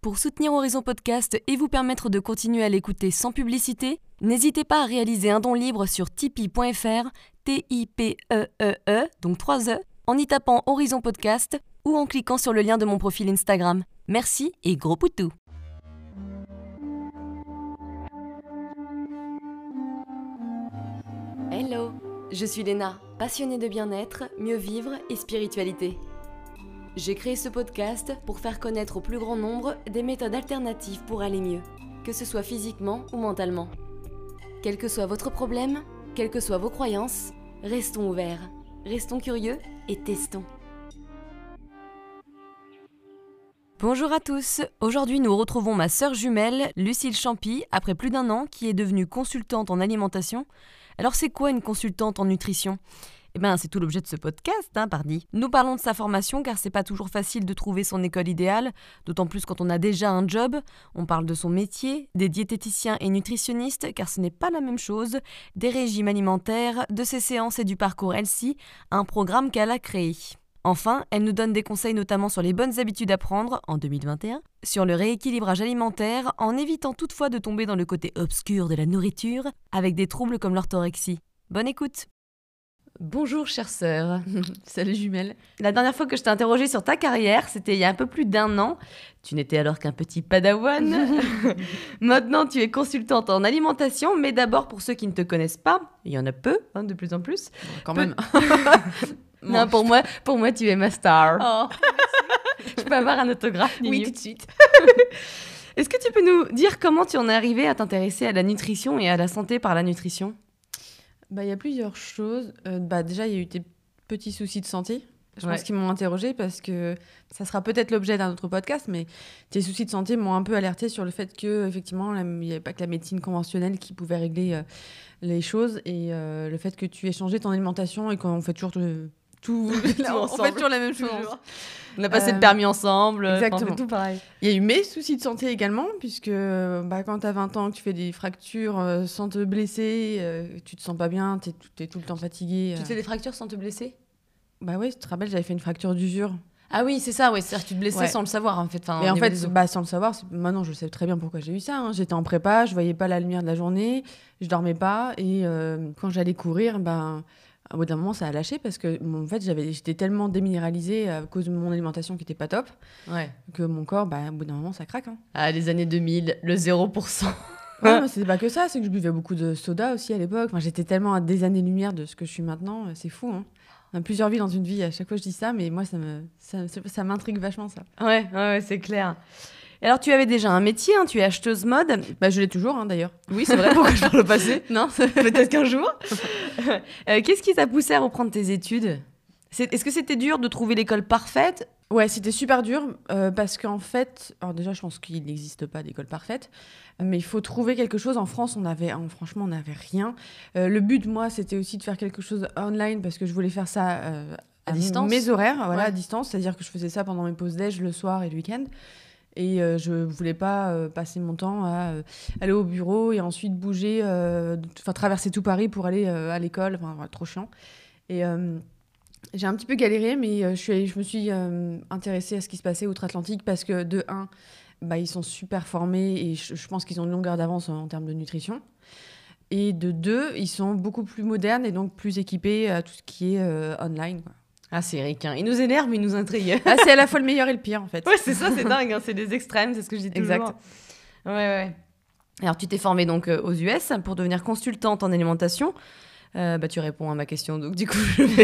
Pour soutenir Horizon Podcast et vous permettre de continuer à l'écouter sans publicité, n'hésitez pas à réaliser un don libre sur tipeee.fr, T-I-P-E-E-E, donc 3 E, en y tapant Horizon Podcast ou en cliquant sur le lien de mon profil Instagram. Merci et gros poutou. Hello, je suis Léna, passionnée de bien-être, mieux vivre et spiritualité. J'ai créé ce podcast pour faire connaître au plus grand nombre des méthodes alternatives pour aller mieux, que ce soit physiquement ou mentalement. Quel que soit votre problème, quelles que soient vos croyances, restons ouverts, restons curieux et testons. Bonjour à tous, aujourd'hui nous retrouvons ma sœur jumelle, Lucille Champy, après plus d'1 an, qui est devenue consultante en alimentation. Alors c'est quoi une consultante en nutrition ? Eh bien, c'est tout l'objet de ce podcast, pardi. Nous parlons de sa formation car c'est pas toujours facile de trouver son école idéale, d'autant plus quand on a déjà un job. On parle de son métier, des diététiciens et nutritionnistes car ce n'est pas la même chose, des régimes alimentaires, de ses séances et du parcours Healthy, un programme qu'elle a créé. Enfin, elle nous donne des conseils notamment sur les bonnes habitudes à prendre en 2021, sur le rééquilibrage alimentaire en évitant toutefois de tomber dans le côté obscur de la nourriture avec des troubles comme l'orthorexie. Bonne écoute! Bonjour chère sœur. Salut jumelle. La dernière fois que je t'ai interrogée sur ta carrière, c'était il y a un peu plus d'1 an. Tu n'étais alors qu'un petit padawan. Maintenant, tu es consultante en alimentation, mais d'abord pour ceux qui ne te connaissent pas, il y en a peu, de plus en plus. Quand même. Non, pour moi, tu es ma star. Oh, Je peux avoir un autographe, Ninu. oui, tout de suite. Est-ce que tu peux nous dire comment tu en es arrivée à t'intéresser à la nutrition et à la santé par la nutrition ? Il y a plusieurs choses. Déjà, il y a eu tes petits soucis de santé. Je Ouais. pense qu'ils m'ont interrogée parce que ça sera peut-être l'objet d'un autre podcast, mais tes soucis de santé m'ont un peu alertée sur le fait que effectivement, il n'y avait pas que la médecine conventionnelle qui pouvait régler les choses et le fait que tu aies changé ton alimentation et qu'on fait toujours tout Tout on ensemble. fait toujours la même chose. On a passé le permis ensemble. exactement. On fait tout pareil. Il y a eu mes soucis de santé également, puisque quand tu as 20 ans, que tu fais des fractures sans te blesser, tu te sens pas bien, tu es tout le temps fatigué. Tu te fais des fractures sans te blesser ? Bah oui, tu te rappelles, j'avais fait une fracture d'usure. Ah oui, c'est ça, ouais. C'est-à-dire que tu te blessais Ouais. sans le savoir, en fait. Et en fait, sans le savoir, maintenant je sais très bien pourquoi j'ai eu ça. J'étais en prépa, je voyais pas la lumière de la journée, je dormais pas, et quand j'allais courir, au bout d'un moment, ça a lâché parce que en fait, j'étais tellement déminéralisée à cause de mon alimentation qui était pas top, Ouais. que mon corps, au bout d'un moment, ça craque. Ah, les années 2000, le 0%. Ouais, mais c'est pas que ça, c'est que je buvais beaucoup de soda aussi à l'époque. J'étais tellement à des années-lumière de ce que je suis maintenant, c'est fou. On a plusieurs vies dans une vie, à chaque fois je dis ça, mais moi ça m'intrigue vachement ça. Ouais, c'est clair. Et alors, tu avais déjà un métier, tu es acheteuse mode. Je l'ai toujours d'ailleurs. Oui, c'est vrai, pourquoi je parle au passé ? Non, Peut-être qu'un jour. Qu'est-ce qui t'a poussé à reprendre tes études ? Est-ce que c'était dur de trouver l'école parfaite ? ouais, c'était super dur parce qu'en fait, alors déjà je pense qu'il n'existe pas d'école parfaite, mais il faut trouver quelque chose. En France, franchement, on n'avait rien. Le but, moi, c'était aussi de faire quelque chose online parce que je voulais faire ça À distance ? mes horaires, voilà, Ouais. à distance, c'est-à-dire que je faisais ça pendant mes pauses déj le soir et le week-end. Et je voulais pas passer mon temps à aller au bureau et ensuite bouger, traverser tout Paris pour aller à l'école. Trop chiant. Et j'ai un petit peu galéré, mais je me suis intéressée à ce qui se passait outre-Atlantique parce que de 1, ils sont super formés et je pense qu'ils ont une longueur d'avance en termes de nutrition. Et de 2, ils sont beaucoup plus modernes et donc plus équipés à tout ce qui est online, quoi. Ah, c'est Eric, Il nous énerve, mais il nous intrigue. Ah, c'est à la fois le meilleur et le pire, en fait. Ouais, c'est ça, c'est dingue. C'est des extrêmes, c'est ce que je dis toujours. Exact. Ouais. Alors, tu t'es formée donc aux US pour devenir consultante en alimentation. Tu réponds à ma question, donc du coup,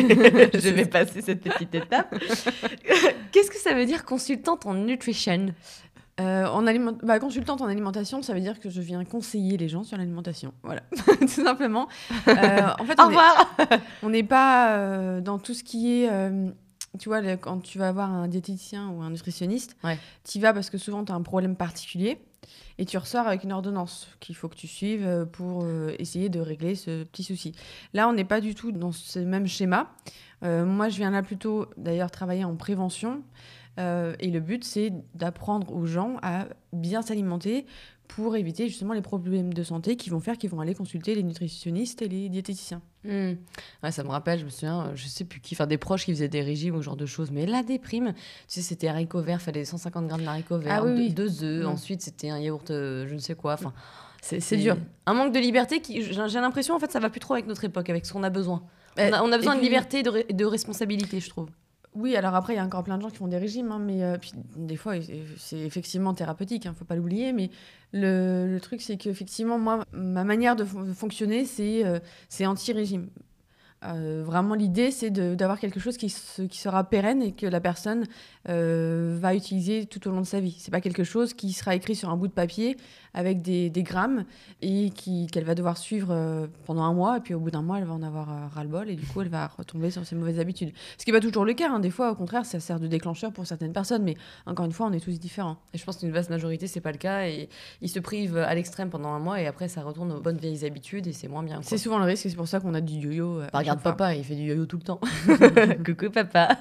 je vais passer cette petite étape. Qu'est-ce que ça veut dire consultante en nutrition ? Consultante en alimentation, ça veut dire que je viens conseiller les gens sur l'alimentation. Voilà, tout simplement. En fait, Au revoir. on n'est pas dans tout ce qui est... tu vois, quand tu vas voir un diététicien ou un nutritionniste, Ouais. tu y vas parce que souvent, tu as un problème particulier et tu ressors avec une ordonnance qu'il faut que tu suives pour essayer de régler ce petit souci. Là, on n'est pas du tout dans ce même schéma. Moi, je viens là plutôt, d'ailleurs, travailler en prévention. Et le but, c'est d'apprendre aux gens à bien s'alimenter pour éviter justement les problèmes de santé qu'ils vont aller consulter les nutritionnistes et les diététiciens. Ouais, ça me rappelle, je me souviens, je sais plus qui, enfin des proches qui faisaient des régimes ou ce genre de choses, mais la déprime, tu sais, c'était haricots verts, fallait 150 grammes d'haricots verts, oui. 2 œufs, ensuite c'était un yaourt, je ne sais quoi, enfin, c'est dur. Un manque de liberté qui, j'ai l'impression, en fait, ça va plus trop avec notre époque, avec ce qu'on a besoin. On a besoin de liberté et de responsabilité, je trouve. Oui, alors après, il y a encore plein de gens qui font des régimes, hein, mais puis, des fois, c'est effectivement thérapeutique, faut pas l'oublier, mais le truc, c'est qu'effectivement, moi, ma manière de fonctionner, c'est anti-régime. Vraiment, l'idée, c'est d'avoir quelque chose qui sera pérenne et que la personne va utiliser tout au long de sa vie. C'est pas quelque chose qui sera écrit sur un bout de papier avec des grammes et qu'elle va devoir suivre pendant un mois, et puis au bout d'un mois, elle va en avoir ras-le-bol et du coup, elle va retomber sur ses mauvaises habitudes. Ce qui n'est pas toujours le cas, hein. Des fois, au contraire, ça sert de déclencheur pour certaines personnes, mais encore une fois, on est tous différents. Et je pense qu'une vaste majorité, c'est pas le cas, et ils se privent à l'extrême pendant un mois, et après, ça retourne aux bonnes vieilles habitudes, et c'est moins bien, quoi. C'est souvent le risque, et c'est pour ça qu'on a du yo-yo. Regarde papa, il fait du yo-yo tout le temps. Coucou papa.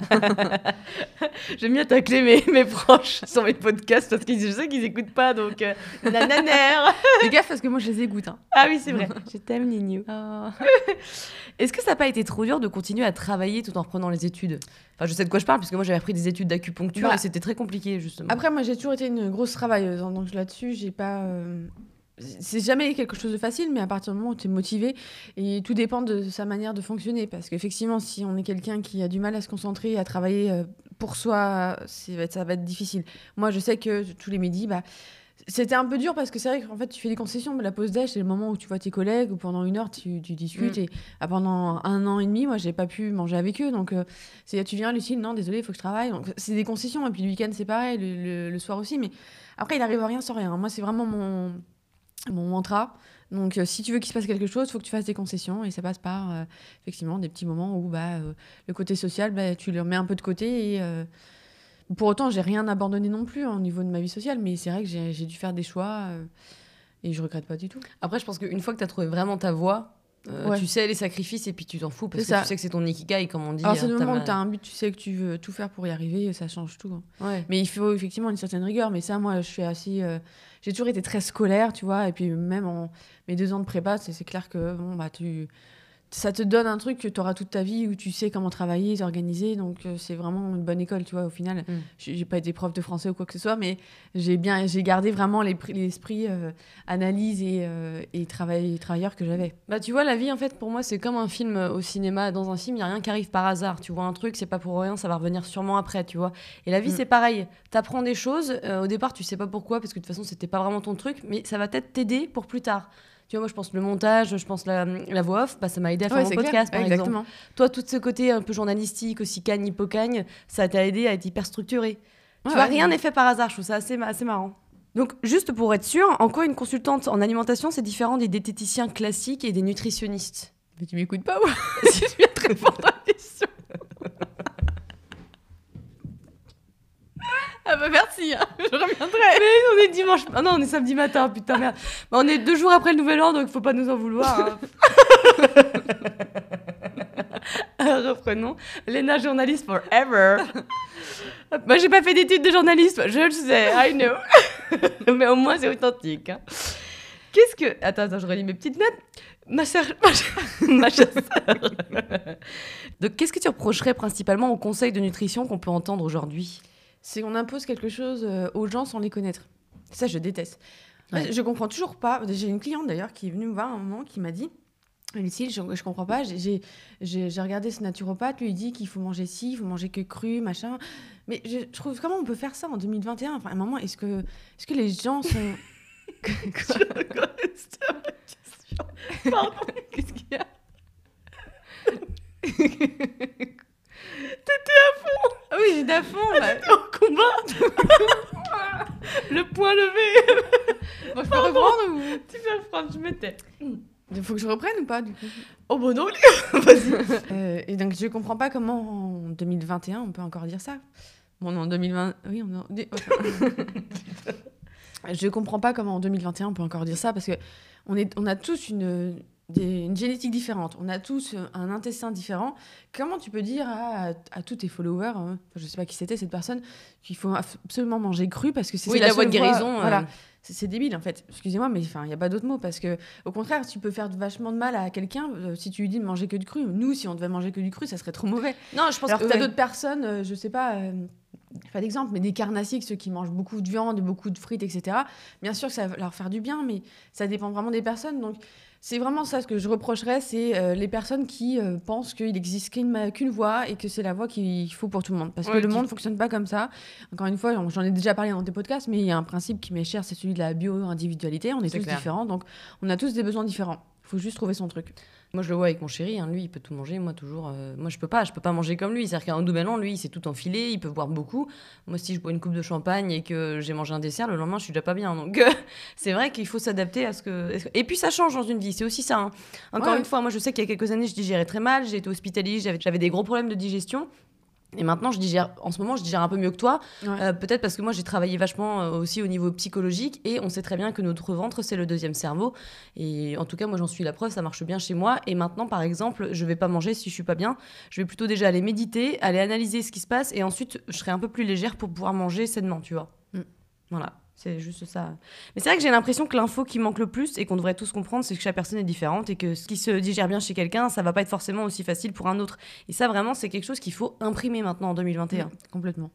J'aime bien tacler mes proches sur mes podcasts parce que je sais qu'ils écoutent pas, donc nananère. Fais gaffe parce que moi je les écoute. Hein. Ah oui, c'est vrai. Je t'aime, Nino. Oh. Est-ce que ça n'a pas été trop dur de continuer à travailler tout en reprenant les études ? Enfin, je sais de quoi je parle, puisque moi j'avais appris des études d'acupuncture et c'était très compliqué, justement. Après, moi j'ai toujours été une grosse travailleuse, hein, donc là-dessus, j'ai pas. C'est jamais quelque chose de facile, mais à partir du moment où tu es motivé, et tout dépend de sa manière de fonctionner. Parce qu'effectivement, si on est quelqu'un qui a du mal à se concentrer, à travailler pour soi, ça va être difficile. Moi, je sais que tous les midis, c'était un peu dur parce que c'est vrai qu'en fait, tu fais des concessions. Mais la pause déj, c'est le moment où tu vois tes collègues, ou pendant 1 heure, tu discutes. Et pendant 1 an et demi, moi, j'ai pas pu manger avec eux. Donc, tu viens, Lucille, non, désolé, il faut que je travaille. Donc, c'est des concessions. Et puis, le week-end, c'est pareil, le soir aussi. Mais après, il arrive à rien sans rien. Moi, c'est vraiment mon mantra. Donc, si tu veux qu'il se passe quelque chose, il faut que tu fasses des concessions. Et ça passe par, effectivement, des petits moments où le côté social, tu le remets un peu de côté. Et pour autant, j'ai rien abandonné non plus au niveau de ma vie sociale. Mais c'est vrai que j'ai dû faire des choix et je regrette pas du tout. Après, je pense qu'une fois que tu as trouvé vraiment ta voie, tu sais les sacrifices et puis tu t'en fous parce que tu sais que c'est ton ikigai, comme on dit. Alors, c'est le moment où tu as un but, tu sais que tu veux tout faire pour y arriver, ça change tout. Hein. Ouais. Mais il faut effectivement une certaine rigueur. Mais ça, moi, je suis assez... j'ai toujours été très scolaire, tu vois. Et puis, même en mes 2 ans de prépa, c'est clair que ça te donne un truc que tu auras toute ta vie, où tu sais comment travailler, t'organiser. Donc, c'est vraiment une bonne école, tu vois, au final. J'ai pas été prof de français ou quoi que ce soit, mais j'ai gardé vraiment l'esprit analyse et travailleur que j'avais. Tu vois, la vie, en fait, pour moi, c'est comme un film au cinéma. Dans un film, il n'y a rien qui arrive par hasard. Tu vois un truc, c'est pas pour rien, ça va revenir sûrement après, tu vois. Et la vie, c'est pareil. T'apprends des choses. Au départ, tu sais pas pourquoi, parce que de toute façon, c'était pas vraiment ton truc, mais ça va peut-être t'aider pour plus tard. Tu vois, moi, je pense le montage, je pense la voix off, ça m'a aidé à faire mon podcast, par exemple. Toi, tout ce côté un peu journalistique, aussi cagne, hypocagne, ça t'a aidé à être hyper structuré. Tu vois, rien n'est fait par hasard, je trouve ça assez marrant. Donc, juste pour être sûr, en quoi une consultante en alimentation, c'est différent des diététiciens classiques et des nutritionnistes ? Mais tu m'écoutes pas, moi. Si je viens te répondre à la question. Ah merci, hein. Je reviendrai. Mais on est dimanche... Ah non, on est samedi matin, putain, merde. On est 2 jours après le nouvel an, donc faut pas nous en vouloir. Hein. Reprenons. Léna, journaliste forever. Moi, j'ai pas fait d'études de journaliste, je le sais, I know. Mais au moins, c'est authentique. Hein. Qu'est-ce que... Attends, je relis mes petites notes. Ma chère sœur. Donc, qu'est-ce que tu reprocherais principalement aux conseils de nutrition qu'on peut entendre aujourd'hui ? C'est qu'on impose quelque chose aux gens sans les connaître. Ça, je déteste. Ouais. Je comprends toujours pas. J'ai une cliente d'ailleurs qui est venue me voir à un moment qui m'a dit Lucille, je comprends pas. J'ai regardé ce naturopathe, lui il dit qu'il faut manger ci, il faut manger que cru, machin. Mais je trouve comment on peut faire ça en 2021 ? Enfin, à un moment, est-ce que les gens sont. Quoi ? Je encore resté à ma question. Pardon, qu'est-ce qu'il y a ? T'étais à fond. Ah oui, j'étais à fond. T'étais en combat. Le point levé. Bon, je peux reprendre ou... Tu peux reprendre, je m'étais. Il faut que je reprenne ou pas, du coup ? Oh bon, non, vas-y. Et donc, je comprends pas comment en 2021 on peut encore dire ça. Bon, non, en 2020... Oui, je comprends pas comment en 2021 on peut encore dire ça, parce qu'on a tous une génétique différente, on a tous un intestin différent. Comment tu peux dire à tous tes followers, je sais pas qui c'était cette personne, qu'il faut absolument manger cru parce que c'est la voie de guérison. Voilà. c'est débile en fait. Excusez-moi, mais il n'y a pas d'autre mot parce que au contraire, tu peux faire vachement de mal à quelqu'un si tu lui dis de manger que du cru. Nous, si on devait manger que du cru, ça serait trop mauvais. Non, je pense Alors que que t'as d'autres personnes, je sais pas, pas d'exemple, mais des carnassiers, ceux qui mangent beaucoup de viande, beaucoup de frites, etc. Bien sûr que ça va leur faire du bien, mais ça dépend vraiment des personnes. Donc c'est vraiment ça ce que je reprocherais, c'est les personnes qui pensent qu'il n'existe qu'une voie et que c'est la voie qu'il faut pour tout le monde. Parce que le monde ne fonctionne pas comme ça. Encore une fois, j'en ai déjà parlé dans tes podcasts, mais il y a un principe qui m'est cher, c'est celui de la bio-individualité. On est tous différents, donc on a tous des besoins différents. Il faut juste trouver son truc. Moi, je le vois avec mon chéri, lui, il peut tout manger. Moi, toujours. Moi, je peux pas manger comme lui. C'est-à-dire qu'un nouvel an, lui, il s'est tout enfilé, il peut boire beaucoup. Moi, si je bois une coupe de champagne et que j'ai mangé un dessert, le lendemain, je suis déjà pas bien. Donc, c'est vrai qu'il faut s'adapter à ce que. Et puis, ça change dans une vie. C'est aussi ça. Hein. Encore une fois, moi, je sais qu'il y a quelques années, je digérais très mal. J'ai été hospitalisée, j'avais des gros problèmes de digestion. Et maintenant, en ce moment, je digère un peu mieux que toi. Peut-être parce que moi, j'ai travaillé vachement aussi au niveau psychologique. Et on sait très bien que notre ventre, c'est le deuxième cerveau. Et en tout cas, moi, j'en suis la preuve, ça marche bien chez moi. Et maintenant, par exemple, je vais pas manger si je suis pas bien. Je vais plutôt déjà aller méditer, aller analyser ce qui se passe. Et ensuite, je serai un peu plus légère pour pouvoir manger sainement, tu vois. Voilà. C'est juste ça. Mais c'est vrai que j'ai l'impression que l'info qui manque le plus et qu'on devrait tous comprendre, c'est que chaque personne est différente et que ce qui se digère bien chez quelqu'un, ça va pas être forcément aussi facile pour un autre. Et ça, vraiment, c'est quelque chose qu'il faut imprimer maintenant en 2021. Complètement.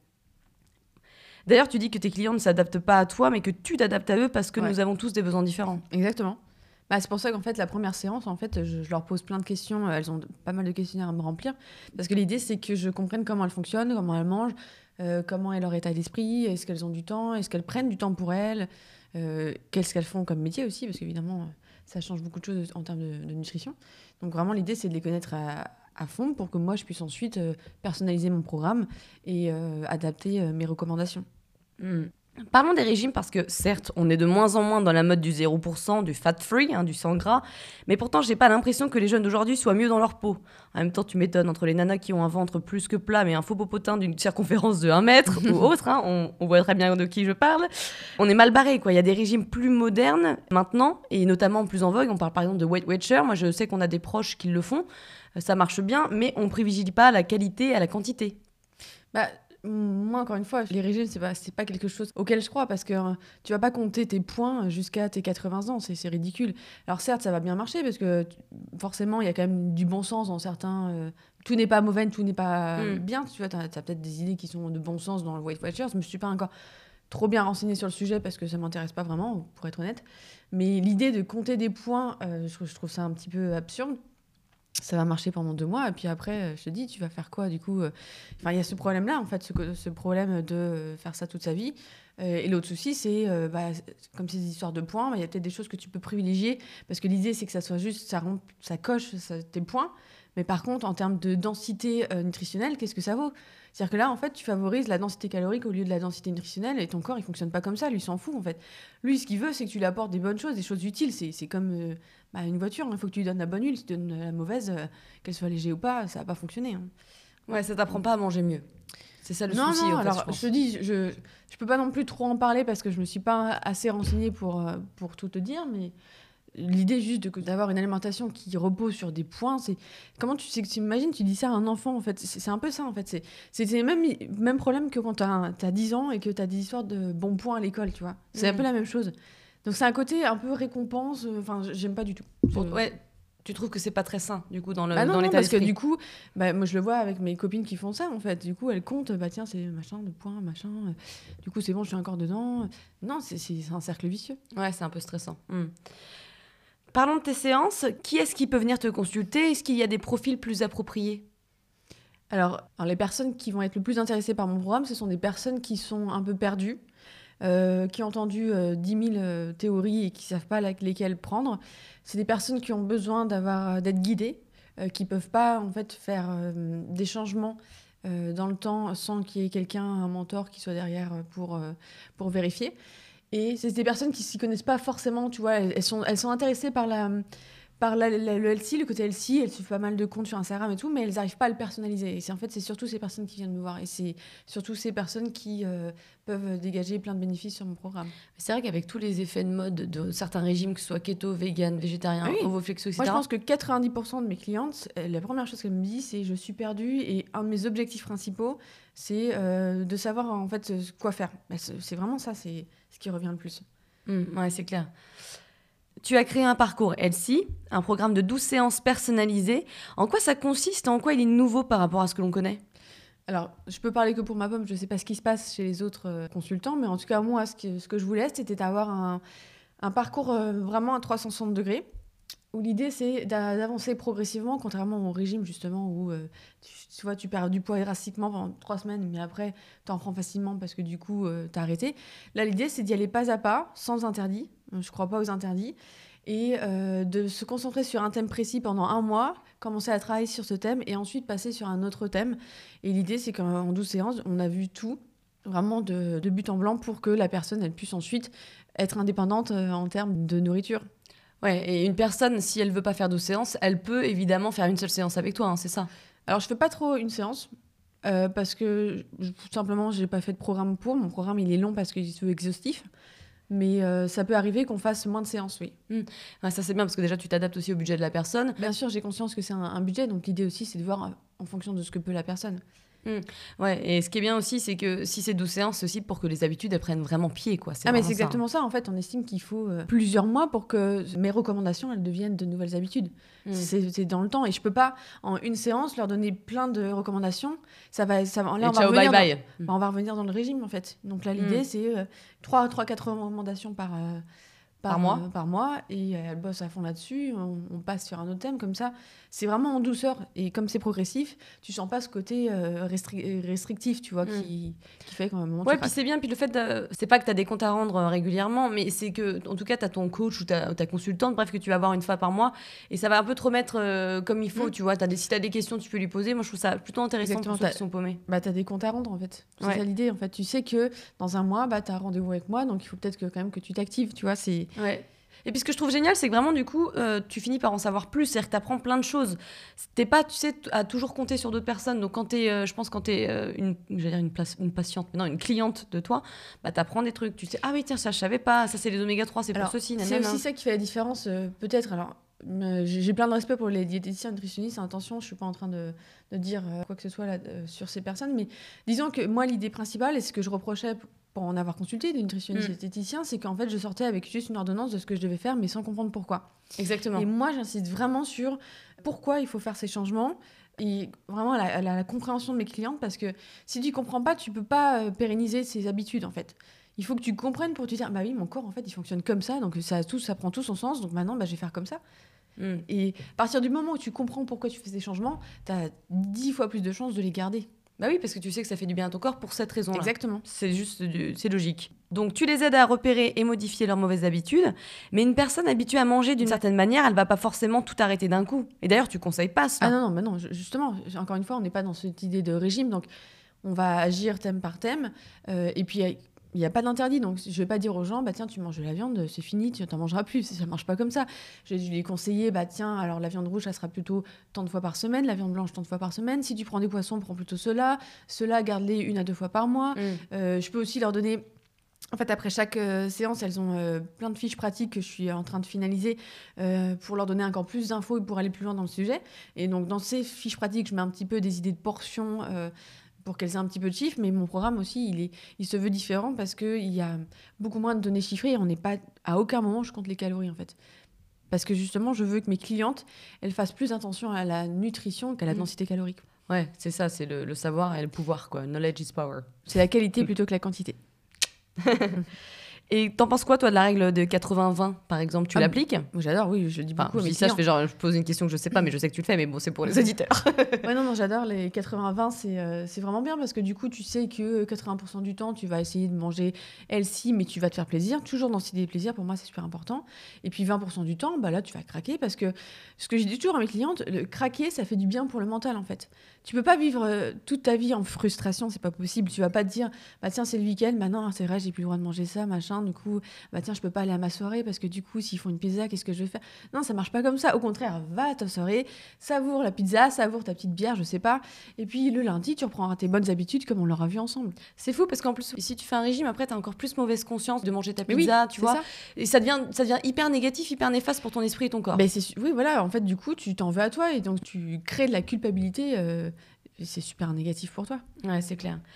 D'ailleurs, tu dis que tes clients ne s'adaptent pas à toi, mais que tu t'adaptes à eux parce que nous avons tous des besoins différents. Exactement. C'est pour ça qu'en fait, la première séance, en fait, je leur pose plein de questions. Elles ont pas mal de questionnaires à me remplir. Parce que l'idée, c'est que je comprenne comment elles fonctionnent, comment elles mangent, comment est leur état d'esprit, est-ce qu'elles ont du temps, est-ce qu'elles prennent du temps pour elles, qu'est-ce qu'elles font comme métier aussi, parce qu'évidemment, ça change beaucoup de choses en termes de nutrition. Donc vraiment, l'idée, c'est de les connaître à fond pour que moi, je puisse ensuite personnaliser mon programme et adapter mes recommandations. Parlons des régimes parce que certes, on est de moins en moins dans la mode du 0%, du fat-free, du sans gras, mais pourtant, j'ai pas l'impression que les jeunes d'aujourd'hui soient mieux dans leur peau. En même temps, tu m'étonnes, entre les nanas qui ont un ventre plus que plat, mais un faux popotin d'une circonférence de 1 mètre ou autre, on voit très bien de qui je parle. On est mal barré, quoi. Il y a des régimes plus modernes maintenant, et notamment plus en vogue. On parle par exemple de Weight Watcher. Moi, je sais qu'on a des proches qui le font. Ça marche bien, mais on privilégie pas la qualité à la quantité. Moi, encore une fois, les régimes, c'est pas quelque chose auquel je crois parce que tu vas pas compter tes points jusqu'à tes 80 ans, c'est ridicule. Alors certes, ça va bien marcher parce que forcément, il y a quand même du bon sens dans certains... tout n'est pas mauvais, tout n'est pas bien. Tu vois, t'as peut-être des idées qui sont de bon sens dans le Weight Watchers, mais je suis pas encore trop bien renseignée sur le sujet parce que ça m'intéresse pas vraiment, pour être honnête. Mais l'idée de compter des points, je trouve ça un petit peu absurde. Ça va marcher pendant 2 mois, et puis après, je te dis, tu vas faire quoi, du coup il y a ce problème-là, en fait, ce problème de faire ça toute sa vie. Et l'autre souci, c'est, comme c'est des histoires de points, il y a peut-être des choses que tu peux privilégier, parce que l'idée, c'est que ça soit juste, ça coche tes points. Mais par contre, en termes de densité nutritionnelle, qu'est-ce que ça vaut ? C'est-à-dire que là, en fait, tu favorises la densité calorique au lieu de la densité nutritionnelle, et ton corps, il fonctionne pas comme ça, lui, il s'en fout, en fait. Lui, ce qu'il veut, c'est que tu lui apportes des bonnes choses, des choses utiles. C'est comme une voiture, il faut que tu lui donnes la bonne huile. Si tu donnes la mauvaise, qu'elle soit léger ou pas, ça va pas fonctionner. Ouais, ça t'apprend pas à manger mieux. C'est ça le souci. Non, en fait, alors je te dis, je peux pas non plus trop en parler parce que je me suis pas assez renseignée pour tout te dire, mais l'idée juste d'avoir une alimentation qui repose sur des points, c'est comment tu imagines, tu dis ça à un enfant, en fait, c'est un peu ça, en fait, c'est le même problème que quand t'as 10 ans et que t'as des histoires de bons points à l'école, tu vois, c'est un peu la même chose. Donc c'est un côté un peu récompense, j'aime pas du tout. Ouais. Tu trouves que c'est pas très sain, du coup, dans non, l'état parce d'esprit. que du coup, moi je le vois avec mes copines qui font ça, en fait. Du coup, elles comptent, tiens, c'est machin, de points, machin. Du coup, c'est bon, je suis encore dedans. Non, c'est un cercle vicieux. Ouais, c'est un peu stressant. Parlons de tes séances. Qui est-ce qui peut venir te consulter ? Est-ce qu'il y a des profils plus appropriés ? Alors, les personnes qui vont être le plus intéressées par mon programme, ce sont des personnes qui sont un peu perdues, qui ont entendu 10 000 théories et qui ne savent pas lesquelles prendre. C'est des personnes qui ont besoin d'être guidées, qui ne peuvent pas en fait, faire des changements dans le temps sans qu'il y ait quelqu'un, un mentor qui soit derrière pour vérifier. Et c'est des personnes qui ne s'y connaissent pas forcément, tu vois, elles sont intéressées par le healthy, le côté healthy, elles suivent pas mal de comptes sur Instagram et tout, mais elles n'arrivent pas à le personnaliser. Et c'est surtout ces personnes qui viennent me voir. Et c'est surtout ces personnes qui peuvent dégager plein de bénéfices sur mon programme. C'est vrai qu'avec tous les effets de mode de certains régimes, que ce soit keto, vegan, végétarien, ovo-flexo, etc. Moi, je pense que 90% de mes clientes, la première chose qu'elles me disent, c'est « je suis perdue » et un de mes objectifs principaux, c'est de savoir en fait quoi faire. C'est vraiment ça, c'est ce qui revient le plus. Ouais, c'est clair. Tu as créé un parcours Healthy, un programme de 12 séances personnalisées. En quoi ça consiste et en quoi il est nouveau par rapport à ce que l'on connaît? Alors, je peux parler que pour ma pomme, je ne sais pas ce qui se passe chez les autres consultants, mais en tout cas, moi, ce que je voulais, c'était d'avoir un parcours vraiment à 360 degrés, où l'idée, c'est d'avancer progressivement, contrairement au régime, justement, où tu vois, tu perds du poids drastiquement pendant 3 semaines, mais après, tu en prends facilement parce que du coup, tu as arrêté. Là, l'idée, c'est d'y aller pas à pas, sans interdit. Je ne crois pas aux interdits. Et de se concentrer sur un thème précis pendant 1 mois, commencer à travailler sur ce thème et ensuite passer sur un autre thème. Et l'idée, c'est qu'en 12 séances, on a vu tout, vraiment de but en blanc, pour que la personne elle puisse ensuite être indépendante en termes de nourriture. Ouais, et une personne, si elle veut pas faire 12 séances, elle peut évidemment faire une seule séance avec toi, hein, c'est ça? Alors, je fais pas trop une séance. Parce que tout simplement, j'ai pas fait de programme pour. Mon programme, il est long parce qu'il se veut exhaustif. Mais ça peut arriver qu'on fasse moins de séances, oui. Ouais, ça c'est bien parce que déjà tu t'adaptes aussi au budget de la personne. Bien sûr, j'ai conscience que c'est un budget, donc l'idée aussi, c'est de voir en fonction de ce que peut la personne. Ouais, et ce qui est bien aussi, c'est que si c'est 12 séances, c'est aussi pour que les habitudes elles prennent vraiment pied, quoi. Mais vraiment c'est ça, hein. exactement ça. En fait, on estime qu'il faut plusieurs mois pour que mes recommandations, elles deviennent de nouvelles habitudes. C'est dans le temps. Et je peux pas, en une séance, leur donner plein de recommandations. Là, Et on va ciao, revenir bye bye. on va revenir dans le régime, en fait. Donc là, l'idée, c'est 4 recommandations Par mois. Par mois, et elle bosse à fond là-dessus, on passe sur un autre thème comme ça. C'est vraiment en douceur, et comme c'est progressif, tu sens pas ce côté restrictif, tu vois, qui fait qu'à un moment Ouais, tu puis c'est bien, puis le fait c'est pas que tu as des comptes à rendre régulièrement, mais c'est que, en tout cas, tu as ton coach ou ta consultante, bref, que tu vas voir une fois par mois, et ça va un peu te remettre comme il faut, tu vois. Si tu as des questions, tu peux lui poser. Moi, je trouve ça plutôt intéressant. Exactement, pour ceux qui sont paumés. Bah, t'as des comptes à rendre, en fait. C'est Ouais. ça l'idée, en fait. Tu sais que dans 1 mois, bah, t'as rendez-vous avec moi, donc il faut peut-être quand même que tu t'actives, tu vois, c'est... Ouais. Et puis ce que je trouve génial, c'est que vraiment, du coup, tu finis par en savoir plus. C'est-à-dire que tu apprends plein de choses. T'es pas, tu sais, à toujours compter sur d'autres personnes. Donc, je pense, quand tu es une patiente, mais non, une cliente de toi, bah, tu apprends des trucs. Tu sais, ah oui, tiens, ça, je savais pas. Ça, c'est les oméga 3, c'est pour Alors, ceci. c'est aussi ça qui fait la différence, peut-être. Alors, j'ai plein de respect pour les diététiciens nutritionnistes. Attention, je suis pas en train de dire quoi que ce soit là, sur ces personnes. Mais disons que moi, l'idée principale, et ce que je reprochais pour en avoir consulté des nutritionnistes et diététiciens, c'est qu'en fait, je sortais avec juste une ordonnance de ce que je devais faire, mais sans comprendre pourquoi. Exactement. Et moi, j'insiste vraiment sur pourquoi il faut faire ces changements, et vraiment la compréhension de mes clientes, parce que si tu comprends pas, tu peux pas pérenniser ces habitudes, en fait. Il faut que tu comprennes pour te dire, bah oui, mon corps, en fait, il fonctionne comme ça, donc ça prend tout son sens, donc maintenant, bah, je vais faire comme ça. Et à partir du moment où tu comprends pourquoi tu fais ces changements, tu as 10 fois plus de chances de les garder. Bah oui, parce que tu sais que ça fait du bien à ton corps pour cette raison-là. Exactement. C'est logique. Donc tu les aides à repérer et modifier leurs mauvaises habitudes, mais une personne habituée à manger d'une certaine manière, elle va pas forcément tout arrêter d'un coup. Et d'ailleurs, tu conseilles pas ça. Ah non, bah non, justement, encore une fois, on n'est pas dans cette idée de régime, donc on va agir thème par thème, et puis il n'y a pas d'interdit, donc je vais pas dire aux gens, bah tiens, tu manges de la viande, c'est fini, tu n'en mangeras plus, ça marche pas comme ça. Je vais lui conseiller, bah tiens, alors la viande rouge, ça sera plutôt tant de fois par semaine, la viande blanche, tant de fois par semaine. Si tu prends des poissons, prends plutôt ceux-là, garde-les 1 à 2 fois par mois. Je peux aussi leur donner... En fait, après chaque séance, elles ont plein de fiches pratiques que je suis en train de finaliser pour leur donner encore plus d'infos et pour aller plus loin dans le sujet. Et donc, dans ces fiches pratiques, je mets un petit peu des idées de portions pour qu'elles aient un petit peu de chiffres. Mais mon programme aussi, il se veut différent parce qu'il y a beaucoup moins de données chiffrées et on n'est pas... À aucun moment, je compte les calories, en fait. Parce que justement, je veux que mes clientes, elles fassent plus attention à la nutrition qu'à la densité calorique. Ouais, c'est ça, c'est le savoir et le pouvoir, quoi. Knowledge is power. C'est la qualité plutôt que la quantité. Et t'en penses quoi, toi, de la règle de 80-20, par exemple? Tu l'appliques? Moi, j'adore, oui, je le dis beaucoup. Je dis ça, je pose une question que je sais pas, mais je sais que tu le fais, mais bon, c'est pour les auditeurs. Ouais, non, j'adore les 80-20, c'est vraiment bien parce que du coup, tu sais que 80% du temps, tu vas essayer de manger healthy, mais tu vas te faire plaisir. Toujours dans cette idée de plaisir, pour moi, c'est super important. Et puis 20% du temps, bah là, tu vas craquer parce que ce que je dis toujours à mes clientes, le craquer, ça fait du bien pour le mental, en fait. Tu peux pas vivre toute ta vie en frustration, c'est pas possible. Tu vas pas te dire, bah tiens, c'est le week-end, bah non, c'est vrai, j'ai plus le droit de manger ça, machin. Du coup, bah tiens, je peux pas aller à ma soirée parce que du coup, s'ils font une pizza, qu'est-ce que je vais faire? Non, ça marche pas comme ça. Au contraire, va à ta soirée, savoure la pizza, savoure ta petite bière, je sais pas. Et puis le lundi, tu reprendras tes bonnes habitudes comme on l'aura vu ensemble. C'est fou parce qu'en plus, si tu fais un régime, après, t'as encore plus mauvaise conscience de manger ta Mais pizza, oui, tu vois. ça. Et ça devient hyper négatif, hyper néfaste pour ton esprit et ton corps. Oui, voilà, en fait, du coup, tu t'en veux à toi et donc tu crées de la culpabilité. C'est super négatif pour toi. Ouais, c'est clair.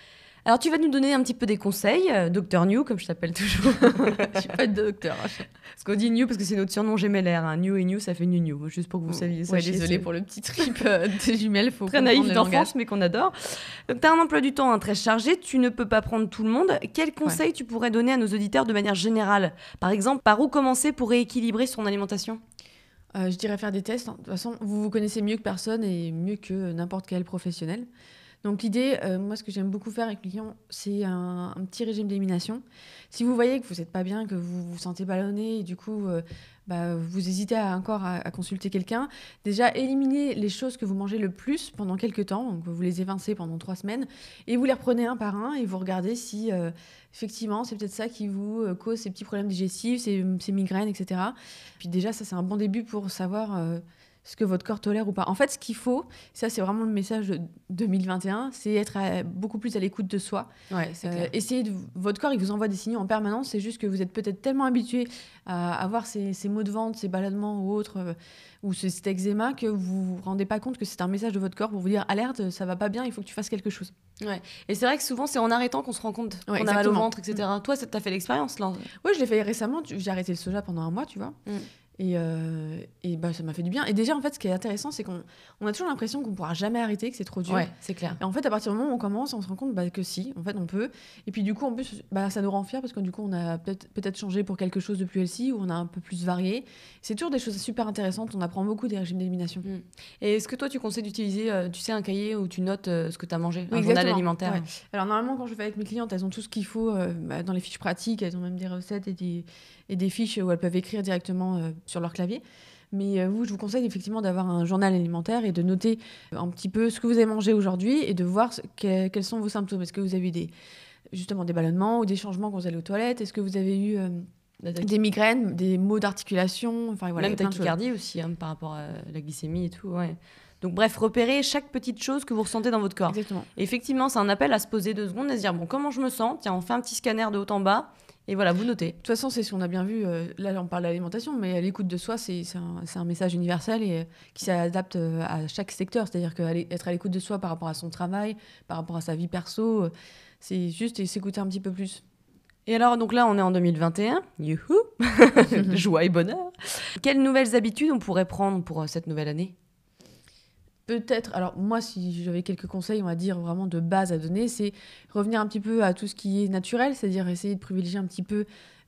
Alors, tu vas nous donner un petit peu des conseils, Dr New, comme je t'appelle toujours. Je suis pas de docteur. Parce qu'on dit New parce que c'est notre surnom gémellaire. Hein. New et New, ça fait New. Juste pour que vous sachiez. Désolée pour le petit trip des jumelles. Faut très naïf d'enfance, mais qu'on adore. Donc, tu as un emploi du temps très chargé. Tu ne peux pas prendre tout le monde. Quels conseils tu pourrais donner à nos auditeurs de manière générale? Par exemple, par où commencer pour rééquilibrer son alimentation? Je dirais faire des tests. De toute façon, vous vous connaissez mieux que personne et mieux que n'importe quel professionnel. Donc l'idée, moi ce que j'aime beaucoup faire avec les clients, c'est un petit régime d'élimination. Si vous voyez que vous n'êtes pas bien, que vous vous sentez ballonné et du coup vous hésitez encore à consulter quelqu'un, déjà éliminez les choses que vous mangez le plus pendant quelques temps, donc vous les évincez pendant 3 semaines et vous les reprenez un par un et vous regardez si effectivement c'est peut-être ça qui vous cause ces petits problèmes digestifs, ces migraines, etc. Puis déjà ça c'est un bon début pour savoir ce que votre corps tolère ou pas. En fait, ce qu'il faut, ça c'est vraiment le message de 2021, c'est être beaucoup plus à l'écoute de soi. Ouais, c'est clair. Votre corps, il vous envoie des signaux en permanence, c'est juste que vous êtes peut-être tellement habitué à avoir ces maux de ventre, ces ballonnements ou autres, ou cet eczéma, que vous vous rendez pas compte que c'est un message de votre corps pour vous dire « Alerte, ça va pas bien, il faut que tu fasses quelque chose ». Ouais. Et c'est vrai que souvent, c'est en arrêtant qu'on se rend compte qu'on a mal au ventre, etc. Toi, t'as fait l'expérience, là? Oui, je l'ai fait récemment, j'ai arrêté le soja pendant 1 mois, tu vois. Et ça m'a fait du bien. Et déjà, en fait, ce qui est intéressant, c'est qu'on a toujours l'impression qu'on ne pourra jamais arrêter, que c'est trop dur. Ouais, c'est clair. Et en fait, à partir du moment où on commence, on se rend compte que si, en fait, on peut. Et puis, du coup, en plus, ça nous rend fiers parce que du coup, on a peut-être changé pour quelque chose de plus healthy, où on a un peu plus varié. C'est toujours des choses super intéressantes. On apprend beaucoup des régimes d'élimination. Et est-ce que toi, tu conseilles d'utiliser, un cahier où tu notes ce que tu as mangé, oui, un journal alimentaire? Ouais. Alors, normalement, quand je fais avec mes clientes, elles ont tout ce qu'il faut dans les fiches pratiques. Elles ont même des recettes et des fiches où elles peuvent écrire directement sur leur clavier. Mais je vous conseille effectivement d'avoir un journal alimentaire et de noter un petit peu ce que vous avez mangé aujourd'hui et de voir quels sont vos symptômes. Est-ce que vous avez des ballonnements ou des changements quand vous allez aux toilettes? Est-ce que vous avez eu des migraines, des maux d'articulation? Enfin, voilà, même tachycardie aussi, par rapport à la glycémie et tout, ouais. Donc bref, repérez chaque petite chose que vous ressentez dans votre corps. Exactement. Et effectivement, c'est un appel à se poser 2 secondes et se dire, bon, comment je me sens? Tiens, on fait un petit scanner de haut en bas. Et voilà, vous notez. De toute façon, c'est ce qu'on a bien vu. Là, on parle d'alimentation, mais à l'écoute de soi, c'est un message universel et qui s'adapte à chaque secteur. C'est-à-dire qu'être à l'écoute de soi par rapport à son travail, par rapport à sa vie perso, c'est juste s'écouter un petit peu plus. Et alors, donc là, on est en 2021. Youhou Joie et bonheur. Quelles nouvelles habitudes on pourrait prendre pour cette nouvelle année? Peut-être, alors moi, si j'avais quelques conseils, on va dire vraiment de base à donner, c'est revenir un petit peu à tout ce qui est naturel, c'est-à-dire essayer de privilégier un petit peu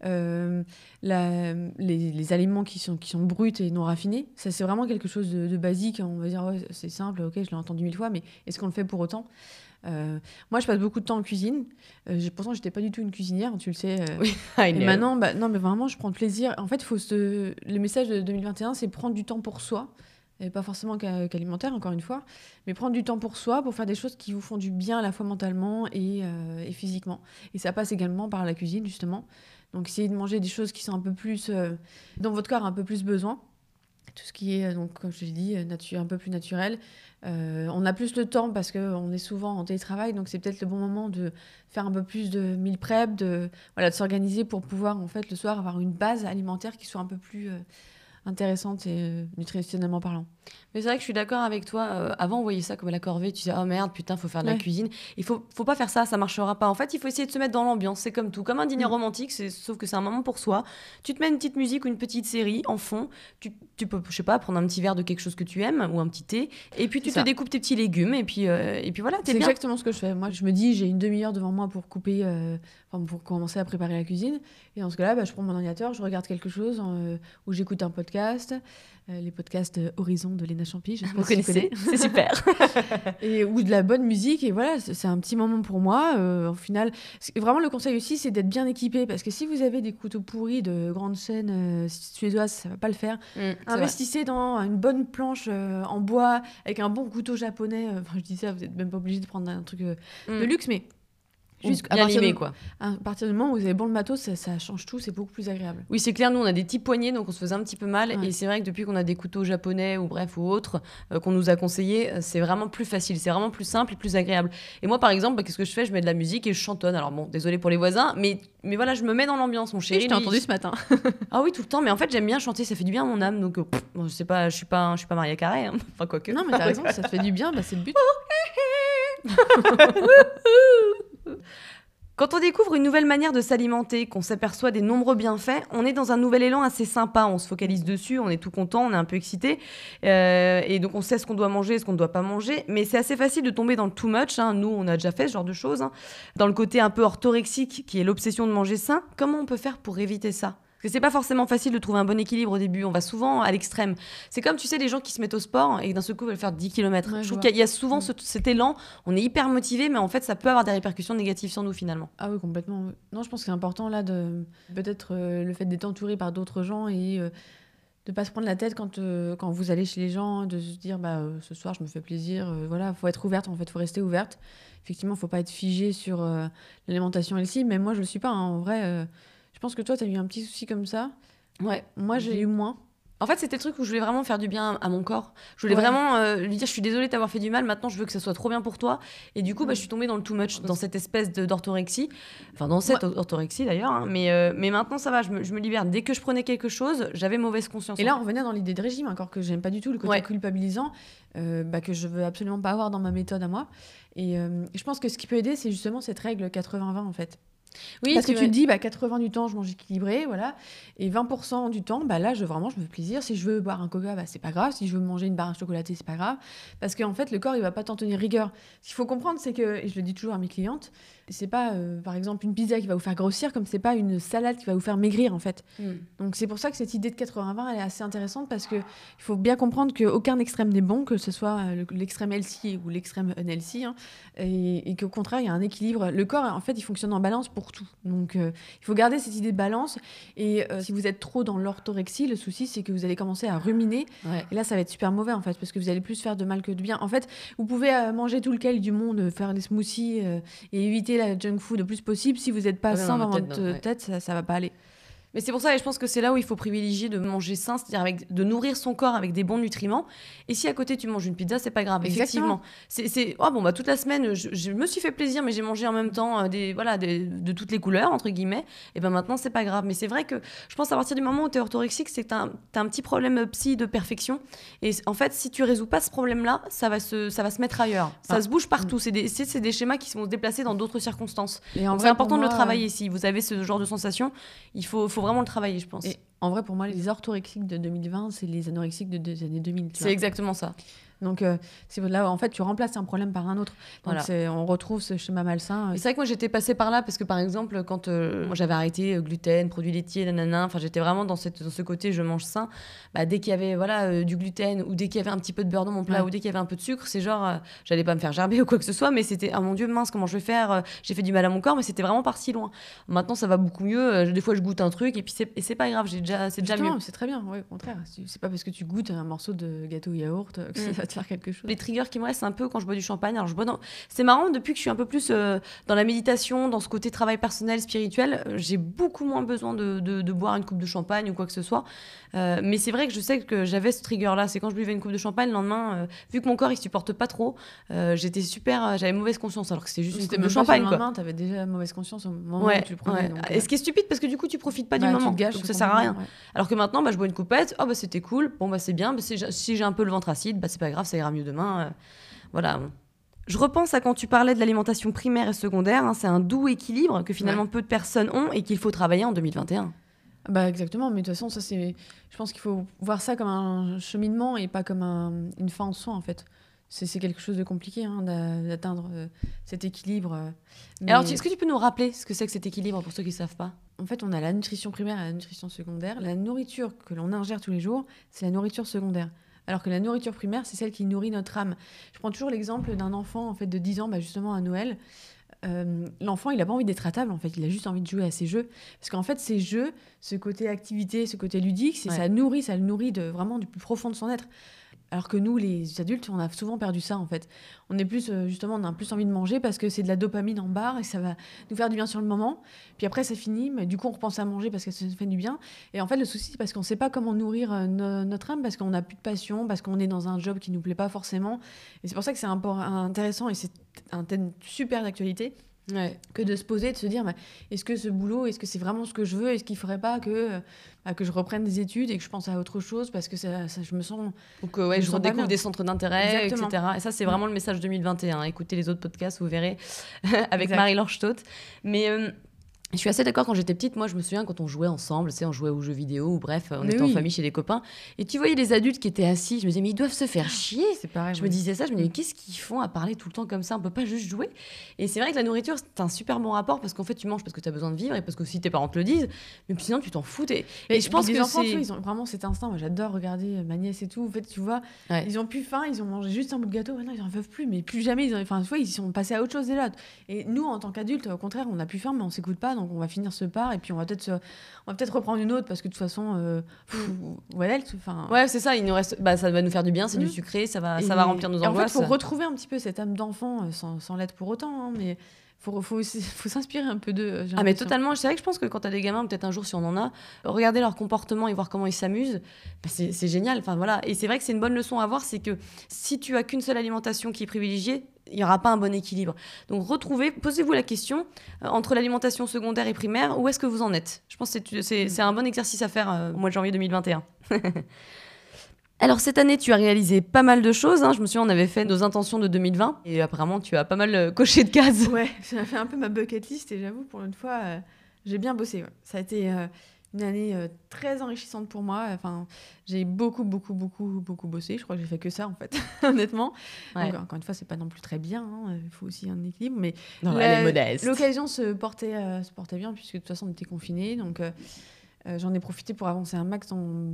les aliments qui sont bruts et non raffinés. Ça, c'est vraiment quelque chose de basique. On va dire, ouais, c'est simple, ok, je l'ai entendu 1000 fois, mais est-ce qu'on le fait pour autant? Moi, je passe beaucoup de temps en cuisine. Pourtant, j'étais pas du tout une cuisinière, tu le sais. Oui, et maintenant, non, mais vraiment, je prends plaisir. En fait, le message de 2021, c'est prendre du temps pour soi. Et pas forcément qu'alimentaire, encore une fois, mais prendre du temps pour soi, pour faire des choses qui vous font du bien à la fois mentalement et physiquement. Et ça passe également par la cuisine, justement. Donc, essayez de manger des choses qui sont un peu plus... dont votre corps a un peu plus besoin. Tout ce qui est, donc, comme je l'ai dit, un peu plus naturel. On a plus le temps parce qu'on est souvent en télétravail, donc c'est peut-être le bon moment de faire un peu plus de meal prep, de s'organiser pour pouvoir, en fait, le soir, avoir une base alimentaire qui soit un peu plus... intéressante et nutritionnellement parlant. Mais c'est vrai que je suis d'accord avec toi. Avant, on voyait ça comme la corvée. Tu disais, oh merde, putain, faut faire de la cuisine. Il faut pas faire ça marchera pas. En fait, il faut essayer de se mettre dans l'ambiance. C'est comme tout. Comme un dîner romantique, sauf que c'est un moment pour soi. Tu te mets une petite musique ou une petite série en fond. Tu peux, je sais pas, prendre un petit verre de quelque chose que tu aimes ou un petit thé. Et puis, tu te découpes tes petits légumes. Et puis voilà, t'es bien. C'est exactement ce que je fais. Moi, je me dis, j'ai une demi-heure devant moi pour couper, pour commencer à préparer la cuisine. Et dans ce cas-là, je prends mon ordinateur, je regarde quelque chose ou j'écoute un podcast. Les podcasts Horizon de Léna Champy, vous connaissez, c'est super. Ou de la bonne musique, et voilà, c'est un petit moment pour moi. Au final, vraiment le conseil aussi, c'est d'être bien équipé, parce que si vous avez des couteaux pourris de grandes chaînes suédoises, ça va pas le faire. Investissez dans une bonne planche en bois, avec un bon couteau japonais. Je dis ça, vous n'êtes même pas obligé de prendre un truc de luxe, mais... Juste bien limé, quoi. À partir du moment où vous avez bon le matos, ça change tout, c'est beaucoup plus agréable. Oui, c'est clair, nous on a des petits poignets, donc on se faisait un petit peu mal. Ouais. Et c'est vrai que depuis qu'on a des couteaux japonais ou bref ou autres qu'on nous a conseillés, c'est vraiment plus facile, c'est vraiment plus simple et plus agréable. Et moi par exemple, qu'est-ce que je fais? Je mets de la musique et je chantonne. Alors bon, désolé pour les voisins, mais voilà, je me mets dans l'ambiance, mon chéri. Je t'ai entendu ce matin. Ah oui, tout le temps, mais en fait j'aime bien chanter, ça fait du bien à mon âme. Donc bon, je sais pas, je suis pas Maria Carré, hein. Enfin quoique. Non mais t'as raison, ça te fait du bien, c'est le but. Quand on découvre une nouvelle manière de s'alimenter, qu'on s'aperçoit des nombreux bienfaits, on est dans un nouvel élan assez sympa. On se focalise dessus, on est tout content, on est un peu excité. Et donc, on sait ce qu'on doit manger, ce qu'on ne doit pas manger. Mais c'est assez facile de tomber dans le too much. Nous, on a déjà fait ce genre de choses. Dans le côté un peu orthorexique, qui est l'obsession de manger sain, comment on peut faire pour éviter ça ? Parce que c'est pas forcément facile de trouver un bon équilibre au début. On va souvent à l'extrême. C'est comme, tu sais, les gens qui se mettent au sport et d'un seul coup veulent faire 10 km. Ouais, je je trouve vois. qu'il y a souvent cet élan. On est hyper motivé, mais en fait, ça peut avoir des répercussions négatives sur nous finalement. Ah oui, complètement. Oui. Non, je pense que c'est important là de peut-être le fait d'être entouré par d'autres gens et de pas se prendre la tête quand vous allez chez les gens, de se dire ce soir je me fais plaisir. Voilà, faut être ouverte en fait, faut rester ouverte. Effectivement, faut pas être figé sur l'alimentation healthy, mais moi je le suis pas. En vrai, je pense que toi tu as eu un petit souci comme ça. Ouais. Moi j'ai eu moins. En fait, c'était le truc où je voulais vraiment faire du bien à mon corps. Je voulais Ouais. vraiment lui dire, je suis désolée de t'avoir fait du mal, maintenant je veux que ça soit trop bien pour toi. Et du coup, je suis tombée dans le too much, dans cette espèce d'orthorexie. Enfin, dans cette orthorexie d'ailleurs. Mais maintenant, ça va, je me libère. Dès que je prenais quelque chose, j'avais mauvaise conscience. Et là, on revenait dans l'idée de régime, encore que j'aime pas du tout, le côté culpabilisant, que je veux absolument pas avoir dans ma méthode à moi. Et je pense que ce qui peut aider, c'est justement cette règle 80-20 en fait. Oui, parce que tu te dis 80 du temps je mange équilibré, voilà, et 20% du temps là je me fais plaisir. Si je veux boire un coca, c'est pas grave. Si je veux manger une barre chocolatée, c'est pas grave, parce qu'en fait le corps il va pas t'en tenir rigueur. Ce qu'il faut comprendre, c'est que, et je le dis toujours à mes clientes, c'est pas par exemple une pizza qui va vous faire grossir, comme c'est pas une salade qui va vous faire maigrir en fait. Donc c'est pour ça que cette idée de 80-20 elle est assez intéressante, parce que il faut bien comprendre qu'aucun extrême n'est bon, que ce soit l'extrême healthy ou l'extrême unhealthy, et qu'au contraire il y a un équilibre. Le corps en fait il fonctionne en balance pour tout. Donc, il faut garder cette idée de balance. Et si vous êtes trop dans l'orthorexie, le souci, c'est que vous allez commencer à ruminer. Ouais. Et là, ça va être super mauvais, en fait, parce que vous allez plus faire de mal que de bien. En fait, vous pouvez manger tout le kale du monde, faire des smoothies et éviter la junk food le plus possible. Si vous n'êtes pas sain dans votre tête, ça va pas aller. Mais c'est pour ça, et je pense que c'est là où il faut privilégier de manger sain, c'est-à-dire de nourrir son corps avec des bons nutriments. Et si à côté tu manges une pizza, c'est pas grave. Exactement. Effectivement. Toute la semaine, je me suis fait plaisir, mais j'ai mangé en même temps de toutes les couleurs, entre guillemets. Et maintenant, c'est pas grave. Mais c'est vrai que je pense à partir du moment où tu es orthorexique, c'est que tu as un petit problème psy de perfection. Et en fait, si tu résous pas ce problème-là, ça va se mettre ailleurs. Ça se bouge partout. C'est des schémas qui vont se déplacer dans d'autres circonstances. Donc c'est important de le travailler. Si vous avez ce genre de sensation, il faut vraiment le travailler, je pense. Et en vrai, pour moi, les orthorexiques de 2020, c'est les anorexiques des années 2000. C'est exactement ça. Donc, c'est là, en fait, tu remplaces un problème par un autre. Donc, on retrouve ce schéma malsain. C'est vrai que moi, j'étais passée par là parce que, par exemple, quand moi, j'avais arrêté gluten, produits laitiers, nanana, enfin, j'étais vraiment dans ce côté je mange sain. Dès qu'il y avait du gluten, ou dès qu'il y avait un petit peu de beurre dans mon plat, ou dès qu'il y avait un peu de sucre, c'est genre, j'allais pas me faire gerber ou quoi que ce soit, mais c'était, ah mon Dieu, mince, comment je vais faire, j'ai fait du mal à mon corps, mais c'était vraiment parti loin. Maintenant, ça va beaucoup mieux. Des fois, je goûte un truc et puis c'est pas grave, c'est déjà mieux. C'est très bien, ouais, au contraire. C'est pas parce que tu goûtes un morceau de gâteau yaourt que ça va te faire quelque chose. Les triggers qui me restent un peu quand je bois du champagne. Alors c'est marrant, depuis que je suis un peu plus dans la méditation, dans ce côté travail personnel, spirituel, j'ai beaucoup moins besoin de boire une coupe de champagne ou quoi que ce soit. Mais c'est vrai que je sais que j'avais ce trigger-là. C'est quand je buvais une coupe de champagne, le lendemain, vu que mon corps il supporte pas trop, j'avais mauvaise conscience, alors que c'était juste une coupe de champagne. Le lendemain, t'avais déjà mauvaise conscience au moment où tu le prenais. Donc, Et ce qui est stupide, parce que du coup tu profites pas du moment, donc ça sert à rien. Ouais. Alors que maintenant, je bois une coupette, c'était cool, c'est bien, si j'ai un peu le ventre acide, c'est pas grave, ça ira mieux demain. Voilà. Je repense à quand tu parlais de l'alimentation primaire et secondaire, c'est un doux équilibre que finalement peu de personnes ont et qu'il faut travailler en 2021. Exactement, mais de toute façon, je pense qu'il faut voir ça comme un cheminement et pas comme une fin en soi, en fait. C'est quelque chose de compliqué d'atteindre cet équilibre. Mais... Alors, est-ce que tu peux nous rappeler ce que c'est que cet équilibre pour ceux qui ne savent pas ? En fait, on a la nutrition primaire et la nutrition secondaire. La nourriture que l'on ingère tous les jours, c'est la nourriture secondaire. Alors que la nourriture primaire, c'est celle qui nourrit notre âme. Je prends toujours l'exemple d'un enfant en fait, de 10 ans, justement à Noël. L'enfant, il n'a pas envie d'être à table, en fait. Il a juste envie de jouer à ses jeux. Parce qu'en fait, ces jeux, ce côté activité, ce côté ludique, ça le nourrit vraiment du plus profond de son être. Alors que nous, les adultes, on a souvent perdu ça, en fait. On est plus, justement, on a plus envie de manger parce que c'est de la dopamine en barre et ça va nous faire du bien sur le moment. Puis après, ça finit, mais du coup, on repense à manger parce que ça nous fait du bien. Et en fait, le souci, c'est parce qu'on ne sait pas comment nourrir notre âme, parce qu'on n'a plus de passion, parce qu'on est dans un job qui ne nous plaît pas forcément. Et c'est pour ça que c'est intéressant et c'est un thème super d'actualité. que de se poser, de se dire est-ce que ce boulot, est-ce que c'est vraiment ce que je veux, est-ce qu'il ne faudrait pas que je reprenne des études et que je pense à autre chose parce que ça je me sens... Ou que je redécouvre des centres d'intérêt, Exactement. etc. Et ça, c'est vraiment le message 2021. Écoutez les autres podcasts, vous verrez, avec Marie-Laure Stott. Mais... je suis assez d'accord, quand j'étais petite, moi je me souviens quand on jouait ensemble, on jouait aux jeux vidéo ou bref, on était en famille chez des copains, et tu voyais les adultes qui étaient assis, je me disais mais ils doivent se faire chier. C'est pareil. Je me disais ça, je me disais mais qu'est-ce qu'ils font à parler tout le temps comme ça, on peut pas juste jouer. Et c'est vrai que la nourriture c'est un super bon rapport parce qu'en fait tu manges parce que tu as besoin de vivre et parce que aussi tes parents te le disent, mais puis sinon tu t'en fous. Et je pense que les enfants, c'est... ils ont vraiment cet instinct. Moi j'adore regarder ma nièce et tout. En fait tu vois, ils ont plus faim, ils ont mangé juste un bout de gâteau, maintenant ils en peuvent plus, mais plus jamais. Enfin tu vois, ils sont passés à autre chose déjà. Et nous en tant qu'adultes, au contraire, on a plus faim mais on s'écoute pas, donc on va finir ce et puis on va peut-être reprendre une autre parce que de toute façon ouais, c'est ça, il nous reste ça va nous faire du bien, c'est du sucré, ça va remplir nos angoisses. En fait, faut retrouver un petit peu cette âme d'enfant sans l'être pour autant, hein, mais faut s'inspirer un peu d'eux. Mais totalement, c'est vrai que je pense que quand t'as des gamins, peut-être un jour si on en a, regarder leur comportement et voir comment ils s'amusent, c'est génial. Enfin voilà, et c'est vrai que c'est une bonne leçon à avoir, c'est que si tu as qu'une seule alimentation qui est privilégiée, il n'y aura pas un bon équilibre. Donc posez-vous la question, entre l'alimentation secondaire et primaire, où est-ce que vous en êtes ? Je pense que c'est un bon exercice à faire au mois de janvier 2021. Alors cette année, tu as réalisé pas mal de choses. Je me souviens, on avait fait nos intentions de 2020 et apparemment, tu as pas mal coché de cases. Ouais, j'ai fait un peu ma bucket list et j'avoue, pour une fois, j'ai bien bossé. Ouais. Ça a été une année très enrichissante pour moi. Enfin, j'ai beaucoup bossé. Je crois que j'ai fait que ça, en fait, honnêtement. Ouais. Donc, encore une fois, c'est pas non plus très bien. Il faut aussi un équilibre. Mais non, elle est modeste. L'occasion se portait bien puisque de toute façon, on était confinés. Donc... j'en ai profité pour avancer un max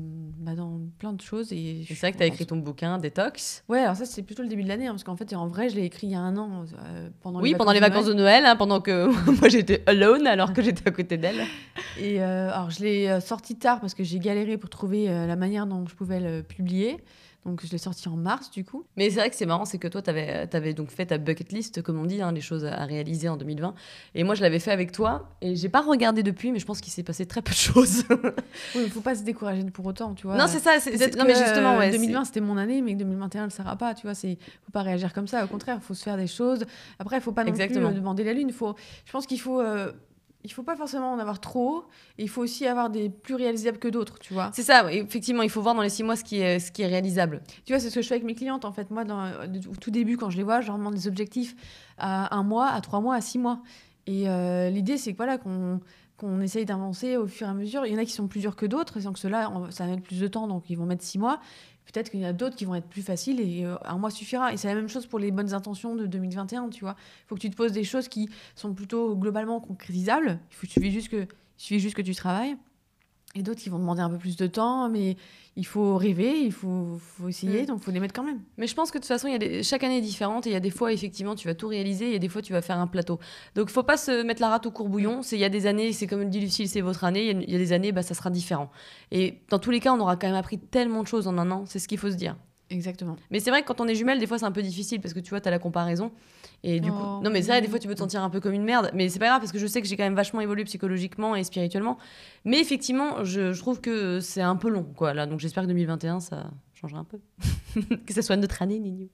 dans plein de choses. Et c'est vrai que tu as écrit ton bouquin Détox. Ouais, alors ça, c'est plutôt le début de l'année, parce qu'en fait, en vrai, je l'ai écrit il y a un an, pendant les vacances de Noël, pendant que moi j'étais alone, alors que j'étais à côté d'elle. Et alors, je l'ai sorti tard parce que j'ai galéré pour trouver la manière dont je pouvais le publier. Donc, je l'ai sorti en mars, du coup. Mais c'est vrai que c'est marrant, c'est que toi, t'avais donc fait ta bucket list, comme on dit, les choses à réaliser en 2020. Et moi, je l'avais fait avec toi. Et j'ai pas regardé depuis, mais je pense qu'il s'est passé très peu de choses. Oui, il faut pas se décourager pour autant, tu vois. Non, c'est ça. Non, mais justement, 2020, c'était mon année, mais que 2021 ne le sera pas, tu vois. Faut pas réagir comme ça. Au contraire, il faut se faire des choses. Après, il faut pas non plus demander la lune. Je pense qu'il faut... il faut pas forcément en avoir trop, et il faut aussi avoir des plus réalisables que d'autres, tu vois. C'est ça, effectivement, il faut voir dans les 6 mois ce qui est réalisable. Tu vois, c'est ce que je fais avec mes clientes, en fait. Moi, au tout début, quand je les vois, je leur demande des objectifs à 1 mois, à 3 mois, à 6 mois. Et l'idée, c'est que, voilà, qu'on essaye d'avancer au fur et à mesure. Il y en a qui sont plus durs que d'autres, et donc ceux-là, ça va mettre plus de temps, donc ils vont mettre 6 mois. Peut-être qu'il y en a d'autres qui vont être plus faciles et 1 mois suffira. Et c'est la même chose pour les bonnes intentions de 2021, tu vois. Il faut que tu te poses des choses qui sont plutôt globalement concrétisables. Il suffit juste que tu travailles. Et d'autres qui vont demander un peu plus de temps, mais il faut rêver, il faut essayer, donc il faut les mettre quand même. Mais je pense que de toute façon, chaque année est différente et il y a des fois, effectivement, tu vas tout réaliser et des fois, tu vas faire un plateau. Donc, il ne faut pas se mettre la rate au courbouillon. Il y a des années, c'est comme dit Lucille, c'est votre année. Il y a des années, ça sera différent. Et dans tous les cas, on aura quand même appris tellement de choses en 1 an. C'est ce qu'il faut se dire. Exactement. Mais c'est vrai que quand on est jumelles, des fois, c'est un peu difficile parce que tu vois, tu as la comparaison. Et du coup, non, mais c'est vrai, des fois, tu peux te sentir un peu comme une merde. Mais c'est pas grave parce que je sais que j'ai quand même vachement évolué psychologiquement et spirituellement. Mais effectivement, je trouve que c'est un peu long, quoi. Là, donc j'espère que 2021, ça changera un peu. Que ça soit notre année, Nini.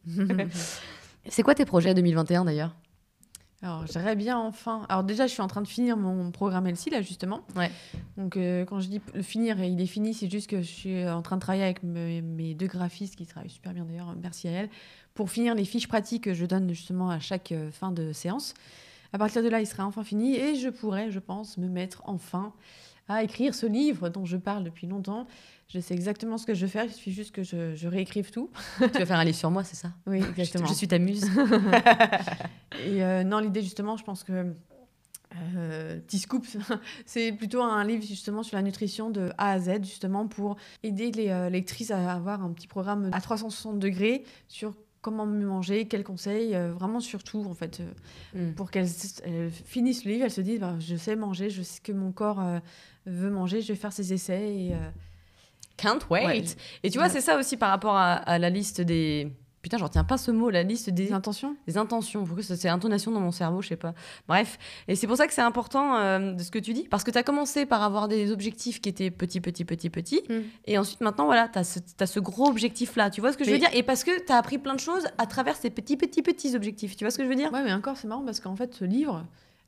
C'est quoi tes projets 2021 d'ailleurs ? Alors, j'aimerais bien enfin... Alors déjà, je suis en train de finir mon programme LC, là, justement. Ouais. Donc, quand je dis le finir, il est fini, c'est juste que je suis en train de travailler avec mes 2 graphistes qui travaillent super bien d'ailleurs, merci à elles, pour finir les fiches pratiques que je donne justement à chaque fin de séance. À partir de là, il sera enfin fini et je pourrais, je pense, me mettre enfin à écrire ce livre dont je parle depuis longtemps. Je sais exactement ce que je veux faire, il suffit juste que je réécrive tout. Tu vas faire un livre sur moi, c'est ça ? Oui, exactement. Je suis ta muse. Et non, l'idée, justement, je pense que petit scoop, c'est plutôt un livre justement sur la nutrition de A à Z, justement pour aider les lectrices à avoir un petit programme à 360 degrés sur comment mieux manger, quels conseils, vraiment surtout en fait, pour qu'elles finissent le livre, elles se disent je sais manger, je sais ce que mon corps veut manger, je vais faire ces essais et can't wait. Ouais, et tu vois, c'est ça aussi par rapport à la liste des... Putain, je retiens pas ce mot, la liste des intentions. Des intentions. Pourquoi c'est intonation dans mon cerveau, je sais pas. Bref. Et c'est pour ça que c'est important de ce que tu dis. Parce que tu as commencé par avoir des objectifs qui étaient petits. Et ensuite, maintenant, voilà, tu as ce gros objectif-là. Tu vois ce que je veux dire ? Et parce que tu as appris plein de choses à travers ces petits objectifs. Tu vois ce que je veux dire ? Ouais, mais encore, c'est marrant parce qu'en fait, ce livre,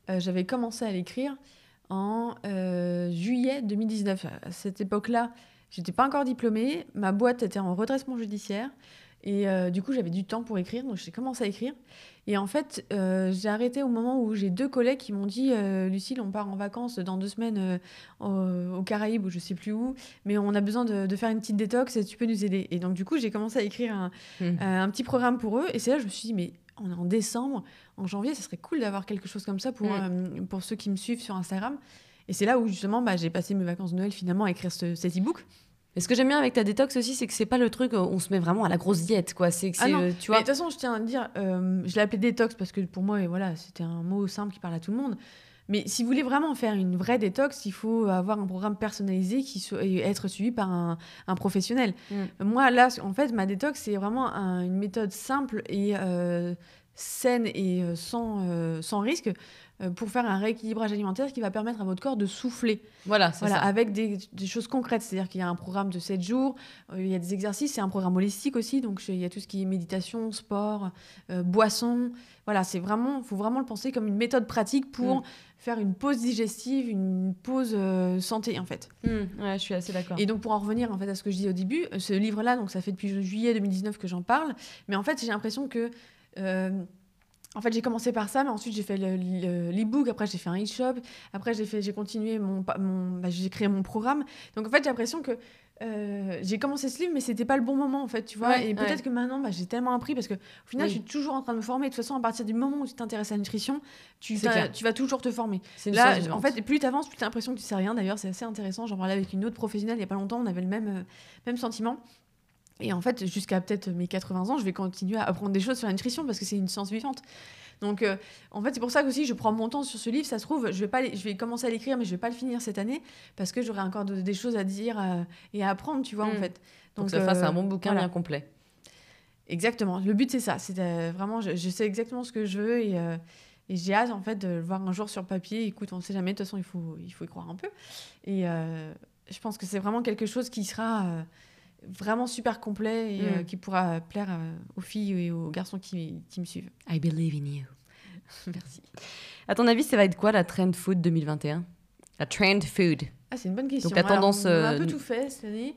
j'avais commencé à l'écrire en juillet 2019. À cette époque-là, j'étais pas encore diplômée, ma boîte était en redressement judiciaire et du coup j'avais du temps pour écrire, donc j'ai commencé à écrire. Et en fait, j'ai arrêté au moment où j'ai 2 collègues qui m'ont dit Lucille, on part en vacances dans 2 semaines aux Caraïbes ou je sais plus où, mais on a besoin de faire une petite détox et tu peux nous aider. Et donc du coup, j'ai commencé à écrire un petit programme pour eux. Et c'est là que je me suis dit, mais on est en décembre, en janvier, ça serait cool d'avoir quelque chose comme ça pour ceux qui me suivent sur Instagram. Et c'est là où justement j'ai passé mes vacances de Noël finalement à écrire cet e-book. Mais ce que j'aime bien avec ta détox aussi, c'est que c'est pas le truc où on se met vraiment à la grosse diète, quoi. C'est que c'est, non. tu vois. Mais de toute façon, je tiens à dire, je l'ai appelé détox parce que pour moi, voilà, c'était un mot simple qui parle à tout le monde. Mais si vous voulez vraiment faire une vraie détox, il faut avoir un programme personnalisé et être suivi par un professionnel. Moi, là, en fait, ma détox, c'est vraiment une méthode simple et saine et sans risque pour faire un rééquilibrage alimentaire qui va permettre à votre corps de souffler. Voilà, c'est ça. Avec des choses concrètes. C'est-à-dire qu'il y a un programme de 7 jours, il y a des exercices, c'est un programme holistique aussi, donc il y a tout ce qui est méditation, sport, boisson. Voilà, faut vraiment le penser comme une méthode pratique pour faire une pause digestive, une pause santé, en fait. Ouais, je suis assez d'accord. Et donc, pour en revenir en fait, à ce que je disais au début, ce livre-là, donc ça fait depuis juillet 2019 que j'en parle, mais en fait, j'ai l'impression que... en fait, j'ai commencé par ça, mais ensuite j'ai fait l'e-book, après j'ai fait un e-shop, après j'ai continué j'ai créé mon programme. Donc en fait, j'ai l'impression que j'ai commencé ce livre, mais c'était pas le bon moment en fait, tu vois. Ouais, et peut-être que maintenant, j'ai tellement appris parce que au final, je suis toujours en train de me former. De toute façon, à partir du moment où tu t'intéresses à la nutrition, tu vas toujours te former. Là, en fait, plus tu avances, plus tu as l'impression que tu sais rien. D'ailleurs, c'est assez intéressant. J'en parlais avec une autre professionnelle il y a pas longtemps, on avait le même sentiment. Et en fait, jusqu'à peut-être mes 80 ans, je vais continuer à apprendre des choses sur la nutrition parce que c'est une science vivante. Donc, en fait, c'est pour ça que aussi je prends mon temps sur ce livre. Ça se trouve, je vais commencer à l'écrire, mais je vais pas le finir cette année parce que j'aurai encore des choses à dire et à apprendre, tu vois, en fait. Donc, ça fasse un bon bouquin bien complet. Exactement. Le but, c'est ça. C'est vraiment, je sais exactement ce que je veux et j'ai hâte, en fait, de le voir un jour sur papier. Écoute, on sait jamais. De toute façon, il faut y croire un peu. Et je pense que c'est vraiment quelque chose qui sera... vraiment super complet et qui pourra plaire aux filles et aux garçons qui me suivent. I believe in you. Merci. À ton avis, ça va être quoi la trend food 2021 ? La trend food. Ah, c'est une bonne question. Donc la tendance... Alors, on a un peu tout fait cette année.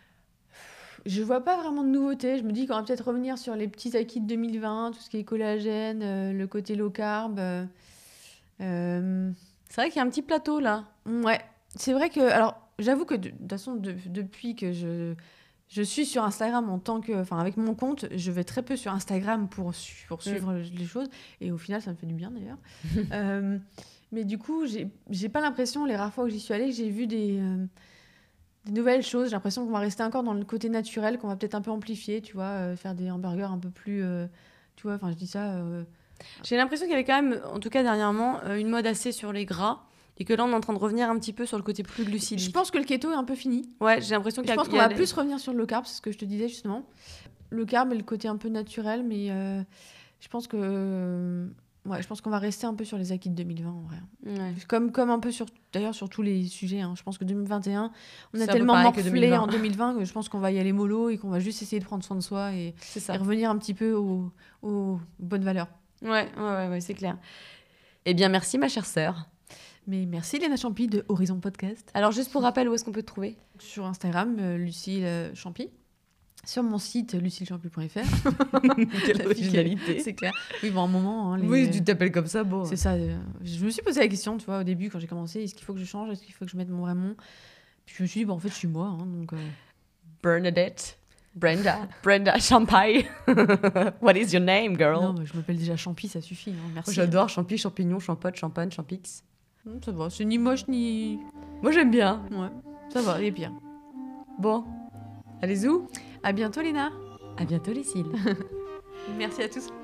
Je vois pas vraiment de nouveautés. Je me dis qu'on va peut-être revenir sur les petits acquis de 2020, tout ce qui est collagène, le côté low carb. C'est vrai qu'il y a un petit plateau là. Ouais. C'est vrai que... Alors, j'avoue que de toute façon, depuis que je suis sur Instagram avec mon compte, je vais très peu sur Instagram pour suivre les choses. Et au final, ça me fait du bien d'ailleurs. Mais du coup, j'ai pas l'impression, les rares fois où j'y suis allée, que j'ai vu des nouvelles choses. J'ai l'impression qu'on va rester encore dans le côté naturel, qu'on va peut-être un peu amplifier, tu vois, faire des hamburgers un peu plus... tu vois, enfin, je dis ça... J'ai l'impression qu'il y avait quand même, en tout cas dernièrement, une mode assez sur les gras. Et que là, on est en train de revenir un petit peu sur le côté plus glucidique. Je pense que le keto est un peu fini. Ouais, j'ai l'impression Je pense qu'on va plus revenir sur le low carb, c'est ce que je te disais justement. Le carb et le côté un peu naturel, mais je pense que... je pense qu'on va rester un peu sur les acquis de 2020 en vrai. Ouais. Comme un peu d'ailleurs sur tous les sujets. Je pense que 2021, on a tellement morflé en 2020 que je pense qu'on va y aller mollo et qu'on va juste essayer de prendre soin de soi et revenir un petit peu aux bonnes valeurs. Ouais, c'est clair. Eh bien, merci ma chère sœur. Mais merci Léna Champy de Horizon Podcast. Alors juste pour rappel, où est-ce qu'on peut te trouver ? Sur Instagram, Lucille Champy. Sur mon site, lucillechampy.fr. Quelle originalité. C'est clair. Oui, bon, un moment... Oui, tu t'appelles comme ça, bon. C'est ça. Je me suis posé la question, tu vois, au début, quand j'ai commencé, est-ce qu'il faut que je change ? Est-ce qu'il faut que je mette mon vrai nom ? Puis je me suis dit, en fait, je suis moi. Donc, Bernadette. Brenda Champy. What is your name, girl ? Non, je m'appelle déjà Champy, ça suffit. Merci. J'adore Champy, champignon, champote, champagne, champix. Ça va, c'est ni moche ni... Moi j'aime bien. Ouais, ça va, les pires. Bon, allez-y. À bientôt Léna. À bientôt les cils. Merci à tous.